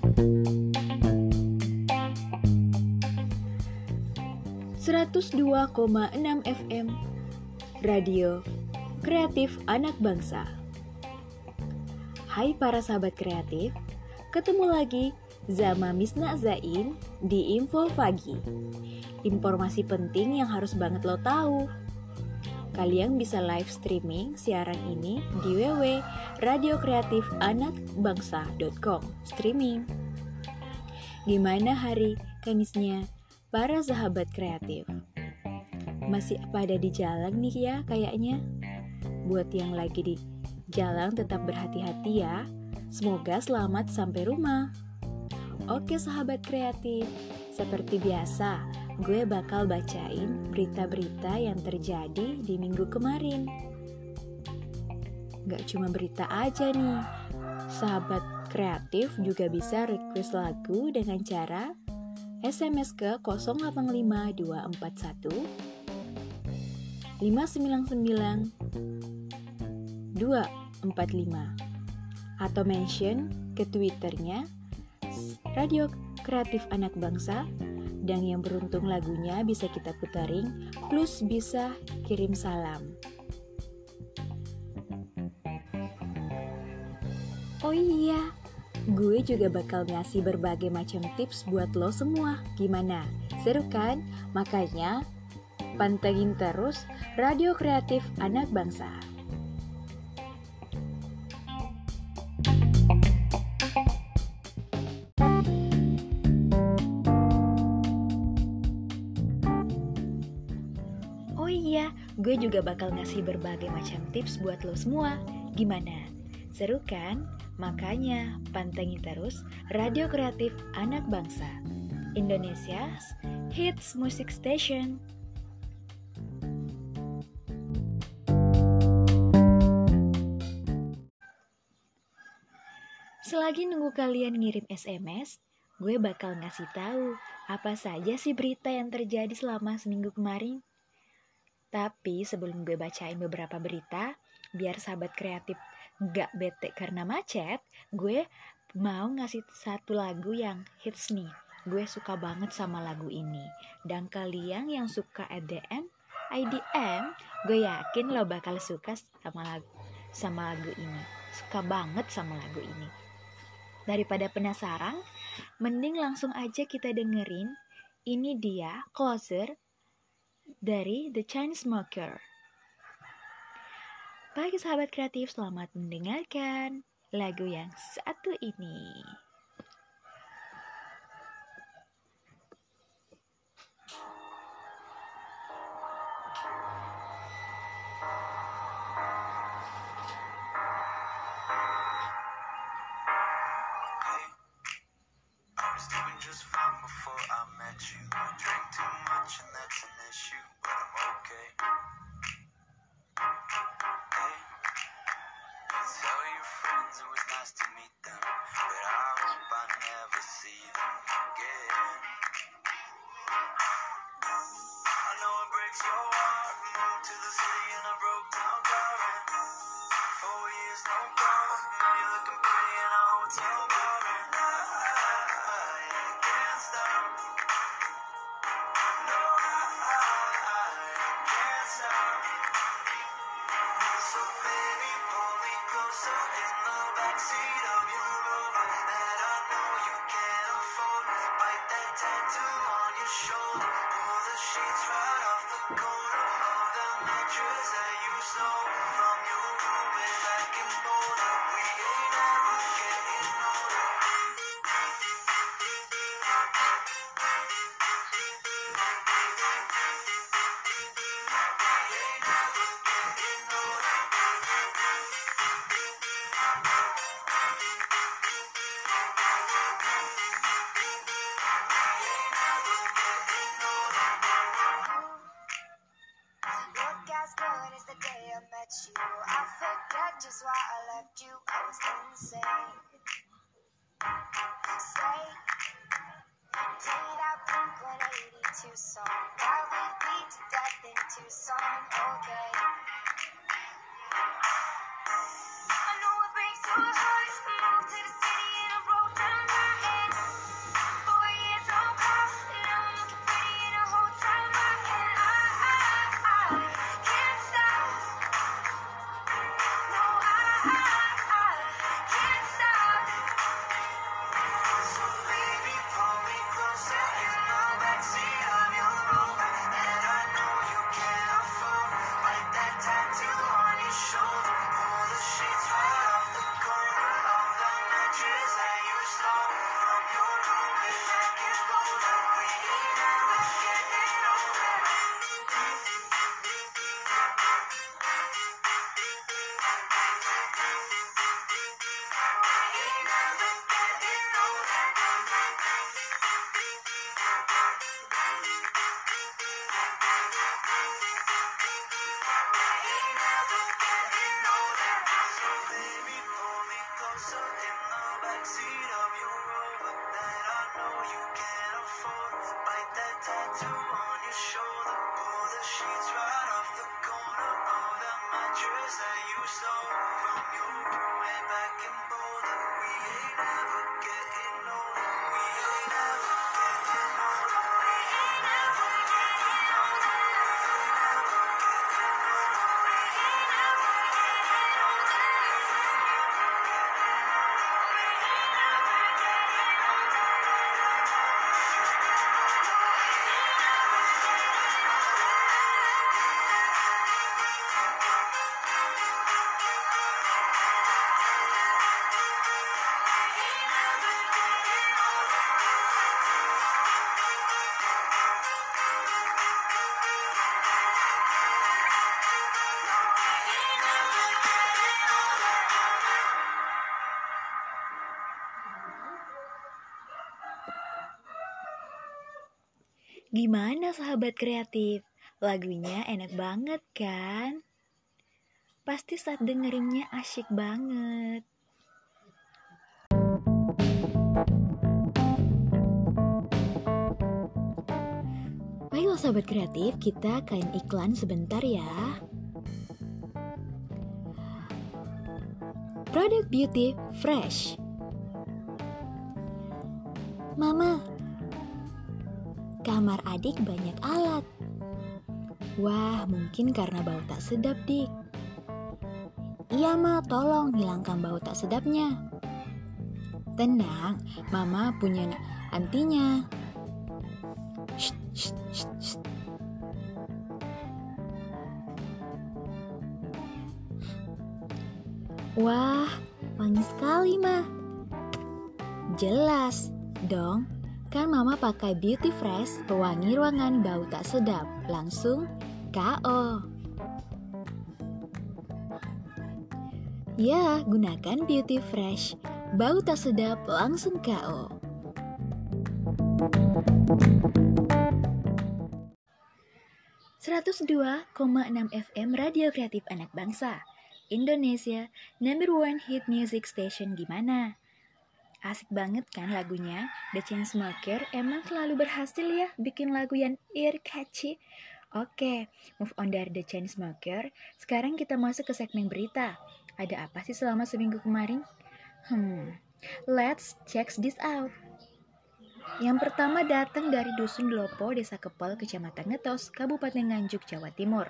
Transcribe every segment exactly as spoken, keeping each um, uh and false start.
seratus dua koma enam F M Radio Kreatif Anak Bangsa. Hai para sahabat kreatif, ketemu lagi Zama Misna Zain di Info Pagi. Informasi penting yang harus banget lo tahu. Kalian bisa live streaming siaran ini di w w w titik radio kreatif anak bangsa titik com streaming. Gimana hari Kamisnya, para sahabat kreatif? Masih pada di jalan nih ya kayaknya? Buat yang lagi di jalan tetap berhati-hati ya. Semoga selamat sampai rumah. Oke sahabat kreatif, seperti biasa, gue bakal bacain berita-berita yang terjadi di minggu kemarin. Gak cuma berita aja nih, sahabat kreatif juga bisa request lagu dengan cara S M S ke nol delapan lima dua empat satu lima sembilan sembilan dua empat lima atau mention ke Twitternya Radio Kreatif Anak Bangsa, dan yang beruntung lagunya bisa kita putarin plus bisa kirim salam. Oh iya, gue juga bakal ngasih berbagai macam tips buat lo semua. Gimana? Seru kan? Makanya pantengin terus Radio Kreatif Anak Bangsa. Oh iya, gue juga bakal ngasih berbagai macam tips buat lo semua. Gimana? Seru kan? Makanya pantengin terus Radio Kreatif Anak Bangsa, Indonesia's Hits Music Station. Selagi nunggu kalian ngirim S M S, gue bakal ngasih tahu apa saja sih berita yang terjadi selama seminggu kemarin. Tapi sebelum gue bacain beberapa berita, biar sahabat kreatif gak bete karena macet, gue mau ngasih satu lagu yang hits nih. Gue suka banget sama lagu ini. Dan kalian yang suka E D M, I D M, gue yakin lo bakal suka sama lagu, sama lagu ini. Suka banget sama lagu ini. Daripada penasaran, mending langsung aja kita dengerin. Ini dia Closer dari The Chainsmokers. Bagi sahabat kreatif, selamat mendengarkan lagu yang satu ini. Gimana sahabat kreatif? Lagunya enak banget kan? Pasti saat dengerinnya asyik banget. Baiklah sahabat kreatif, kita kain iklan sebentar ya. Produk Beauty Fresh. Mama, kamar adik banyak alat. Wah, mungkin karena bau tak sedap, Dik. Iya, Ma, tolong hilangkan bau tak sedapnya. Tenang, Mama punya antinya. Shh, shh, shh, shh. Wah, wangi sekali, Ma. Jelas dong. Kan Mama pakai Beauty Fresh, pewangi ruangan bau tak sedap, langsung K O. Ya, gunakan Beauty Fresh, bau tak sedap langsung K O. seratus dua koma enam F M Radio Kreatif Anak Bangsa, Indonesia, number one hit music station. Gimana? Asik banget kan lagunya? The Chainsmokers emang selalu berhasil ya bikin lagu yang ear catchy. Oke, move on dari The Chainsmokers. Sekarang kita masuk ke segmen berita. Ada apa sih selama seminggu kemarin? Hmm, let's check this out. Yang pertama datang dari Dusun Dlopo, Desa Kepel, Kecamatan Ngetos, Kabupaten Nganjuk, Jawa Timur.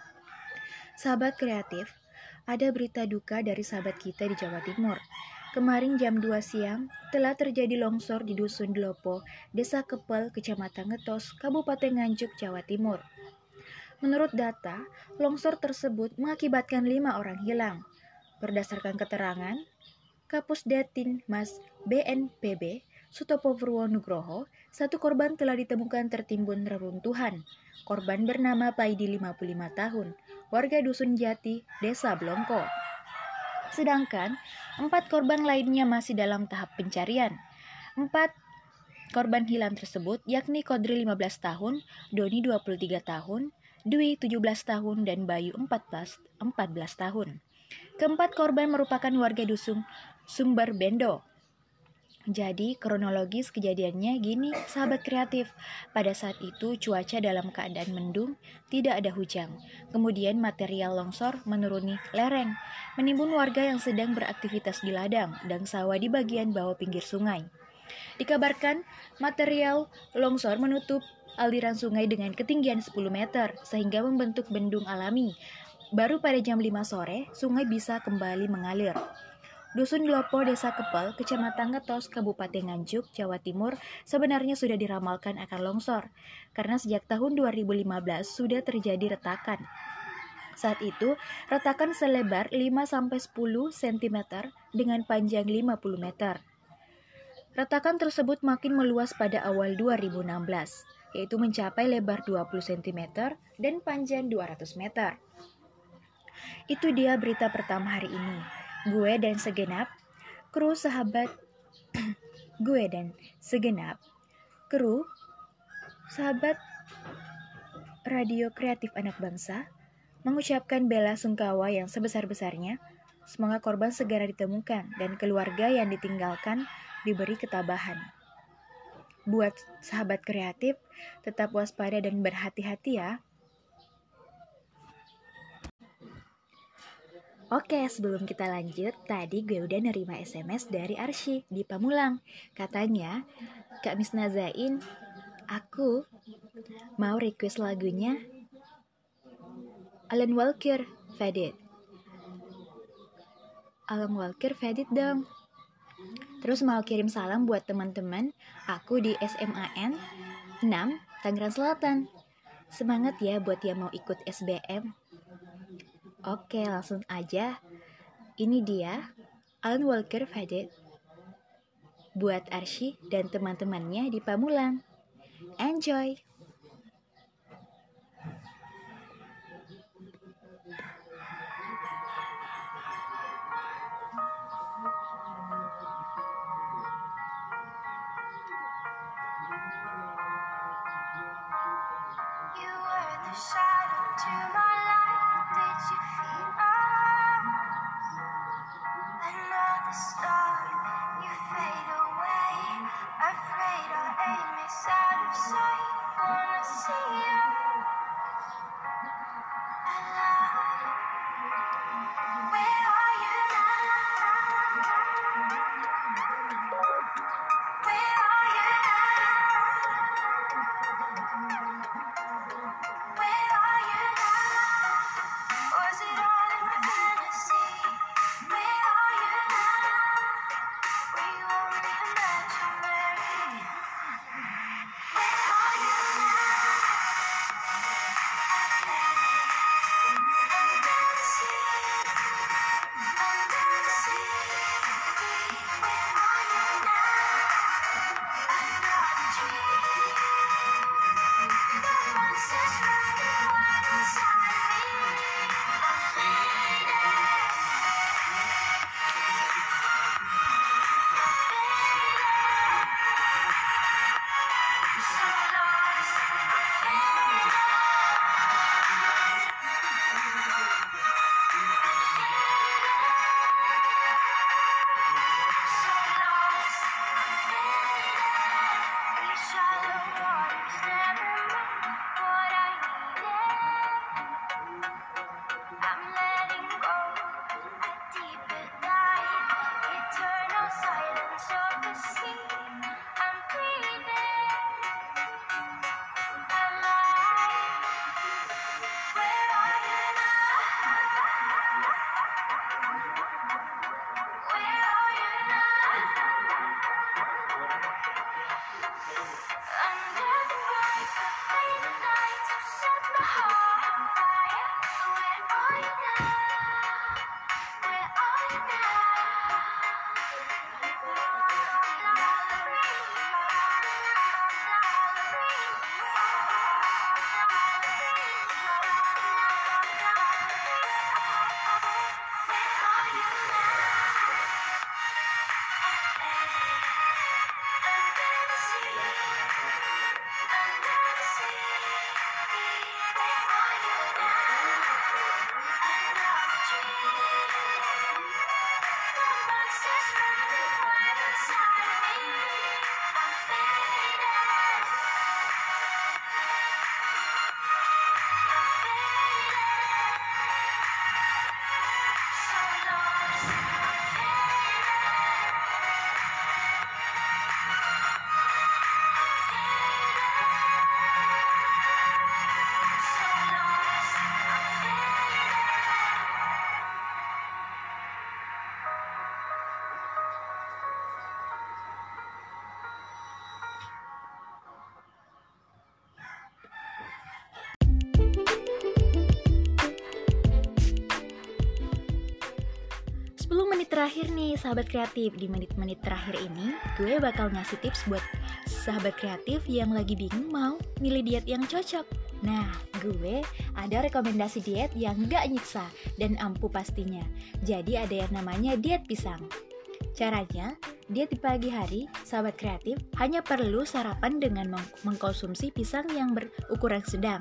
Sahabat kreatif, ada berita duka dari sahabat kita di Jawa Timur. Kemarin jam dua siang telah terjadi longsor di Dusun Dlopo, Desa Kepel, Kecamatan Ngetos, Kabupaten Nganjuk, Jawa Timur. Menurut data, longsor tersebut mengakibatkan lima orang hilang. Berdasarkan keterangan Kapusdatin Mas B N P B, Sutopo Purwonugroho, satu korban telah ditemukan tertimbun reruntuhan. Korban bernama Paidi, lima puluh lima tahun, warga Dusun Jati, Desa Blongko. Sedangkan empat korban lainnya masih dalam tahap pencarian. Empat korban hilang tersebut yakni Kodri lima belas tahun, Doni dua puluh tiga tahun, Dwi tujuh belas tahun, dan Bayu empat belas tahun. Keempat korban merupakan warga dusun Sumber Bendo. Jadi kronologis kejadiannya gini sahabat kreatif. Pada saat itu cuaca dalam keadaan mendung, tidak ada hujan. Kemudian material longsor menuruni lereng, menimbun warga yang sedang beraktivitas di ladang dan sawah di bagian bawah pinggir sungai. Dikabarkan material longsor menutup aliran sungai dengan ketinggian sepuluh meter sehingga membentuk bendung alami. Baru pada jam lima sore sungai bisa kembali mengalir. Dusun Dlopo, Desa Kepel, Kecamatan Ngetos, Kabupaten Nganjuk, Jawa Timur sebenarnya sudah diramalkan akan longsor karena sejak tahun dua ribu lima belas sudah terjadi retakan. Saat itu, retakan selebar lima sampai sepuluh sentimeter dengan panjang lima puluh meter. Retakan tersebut makin meluas pada awal dua ribu enam belas, yaitu mencapai lebar dua puluh sentimeter dan panjang dua ratus meter. Itu dia berita pertama hari ini. Gue dan segenap kru sahabat gue dan segenap kru sahabat Radio Kreatif Anak Bangsa mengucapkan bela sungkawa yang sebesar-besarnya Semoga korban segera ditemukan dan keluarga yang ditinggalkan diberi ketabahan. Buat sahabat kreatif, tetap waspada dan berhati-hati ya. Oke, sebelum kita lanjut, tadi gue udah nerima S M S dari Arsy di Pamulang. Katanya, Kak Miss Nazain, aku mau request lagunya Alan Walker, Faded. Alan Walker, Faded dong. Terus mau kirim salam buat teman-teman aku di S M A N enam, Tangerang Selatan. Semangat ya buat yang mau ikut S B M. Oke, langsung aja. Ini dia Alan Walker, Faded buat Arsy dan teman-temannya di Pamulang. Enjoy! Shadow to my light, did you feel us? Another star, you fade away. Afraid our aim is out of sight. Wanna see you alive. Where are you now? Where are you Terakhir nih sahabat kreatif, di menit-menit terakhir ini gue bakal ngasih tips buat sahabat kreatif yang lagi bingung mau milih diet yang cocok. Nah, gue ada rekomendasi diet yang gak nyiksa dan ampuh pastinya. Jadi ada yang namanya diet pisang. Caranya, diet di pagi hari, sahabat kreatif hanya perlu sarapan dengan meng- mengkonsumsi pisang yang berukuran sedang.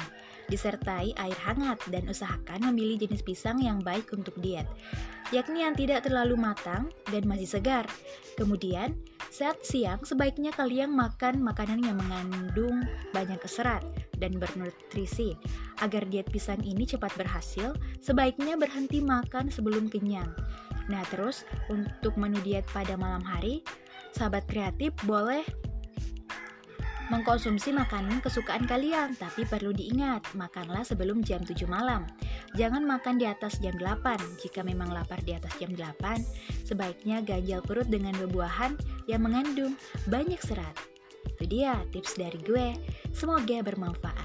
disertai air hangat dan usahakan memilih jenis pisang yang baik untuk diet, yakni yang tidak terlalu matang dan masih segar. Kemudian, saat siang sebaiknya kalian makan makanan yang mengandung banyak serat dan bernutrisi. Agar diet pisang ini cepat berhasil, sebaiknya berhenti makan sebelum kenyang. Nah, terus untuk menu diet pada malam hari, sahabat kreatif boleh mengkonsumsi makanan kesukaan kalian, tapi perlu diingat, makanlah sebelum jam tujuh malam. Jangan makan di atas jam delapan. Jika memang lapar di atas jam delapan, sebaiknya ganjal perut dengan buah-buahan yang mengandung banyak serat. Itu dia tips dari gue. Semoga bermanfaat.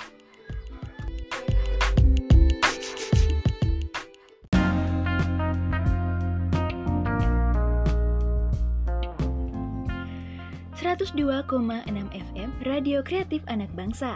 seratus dua koma enam F M Radio Kreatif Anak Bangsa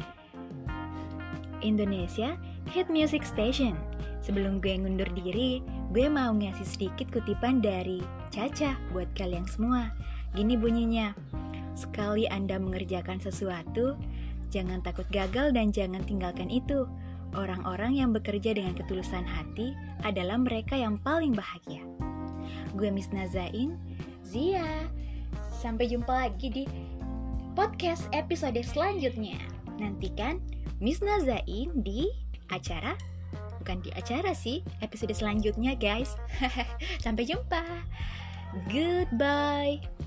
Indonesia Hit Music Station. Sebelum gue ngundur diri, gue mau ngasih sedikit kutipan dari Caca buat kalian semua. Gini bunyinya, sekali Anda mengerjakan sesuatu, jangan takut gagal dan jangan tinggalkan itu. Orang-orang yang bekerja dengan ketulusan hati adalah mereka yang paling bahagia. Gue Miss Nazain, Zia. Sampai jumpa lagi di podcast episode selanjutnya. Nantikan Miss Nazain di acara, bukan di acara sih, episode selanjutnya guys. Sampai jumpa. Goodbye.